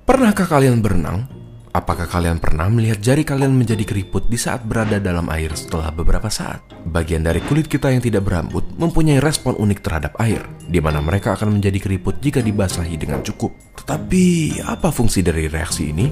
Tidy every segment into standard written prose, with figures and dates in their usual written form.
Pernahkah kalian berenang? Apakah kalian pernah melihat jari kalian menjadi keriput di saat berada dalam air setelah beberapa saat? Bagian dari kulit kita yang tidak berambut mempunyai respon unik terhadap air, di mana mereka akan menjadi keriput jika dibasahi dengan cukup. Tetapi, apa fungsi dari reaksi ini?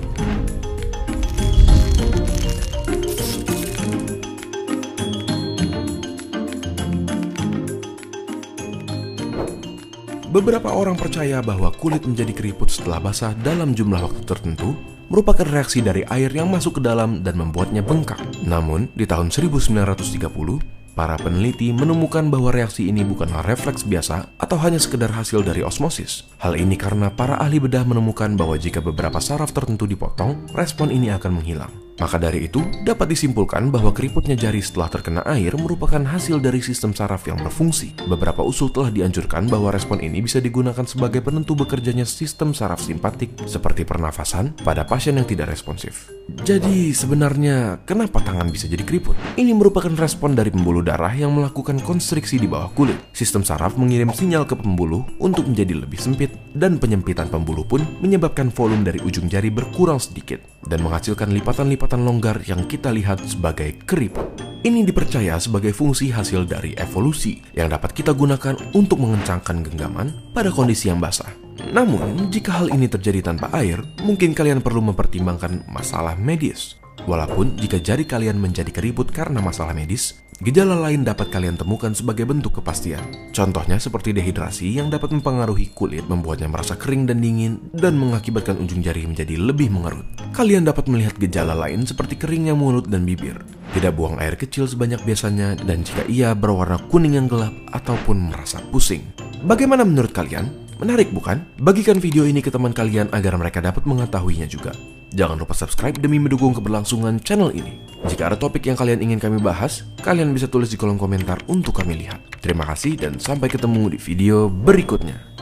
Beberapa orang percaya bahwa kulit menjadi keriput setelah basah dalam jumlah waktu tertentu merupakan reaksi dari air yang masuk ke dalam dan membuatnya bengkak. Namun, di tahun 1930, para peneliti menemukan bahwa reaksi ini bukanlah refleks biasa atau hanya sekedar hasil dari osmosis. Hal ini karena para ahli bedah menemukan bahwa jika beberapa saraf tertentu dipotong, respon ini akan menghilang. Maka dari itu, dapat disimpulkan bahwa keriputnya jari setelah terkena air merupakan hasil dari sistem saraf yang berfungsi. Beberapa usul telah dianjurkan bahwa respon ini bisa digunakan sebagai penentu bekerjanya sistem saraf simpatik, seperti pernafasan pada pasien yang tidak responsif. Jadi, sebenarnya, kenapa tangan bisa jadi keriput? Ini merupakan respon dari pembuluh darah yang melakukan konstriksi di bawah kulit. Sistem saraf mengirim sinyal ke pembuluh untuk menjadi lebih sempit, dan penyempitan pembuluh pun menyebabkan volume dari ujung jari berkurang sedikit, dan menghasilkan lipatan-lipatan longgar yang kita lihat sebagai keriput. Ini dipercaya sebagai fungsi hasil dari evolusi yang dapat kita gunakan untuk mengencangkan genggaman pada kondisi yang basah. Namun, jika hal ini terjadi tanpa air, mungkin kalian perlu mempertimbangkan masalah medis. Walaupun jika jari kalian menjadi keriput karena masalah medis, gejala lain dapat kalian temukan sebagai bentuk kepastian. Contohnya seperti dehidrasi yang dapat mempengaruhi kulit, membuatnya merasa kering dan dingin, dan mengakibatkan ujung jari menjadi lebih mengerut. Kalian dapat melihat gejala lain seperti keringnya mulut dan bibir, tidak buang air kecil sebanyak biasanya, dan jika iya berwarna kuning yang gelap ataupun merasa pusing. Bagaimana menurut kalian? Menarik bukan? Bagikan video ini ke teman kalian agar mereka dapat mengetahuinya juga. Jangan lupa subscribe demi mendukung keberlangsungan channel ini. Jika ada topik yang kalian ingin kami bahas, kalian bisa tulis di kolom komentar untuk kami lihat. Terima kasih dan sampai ketemu di video berikutnya.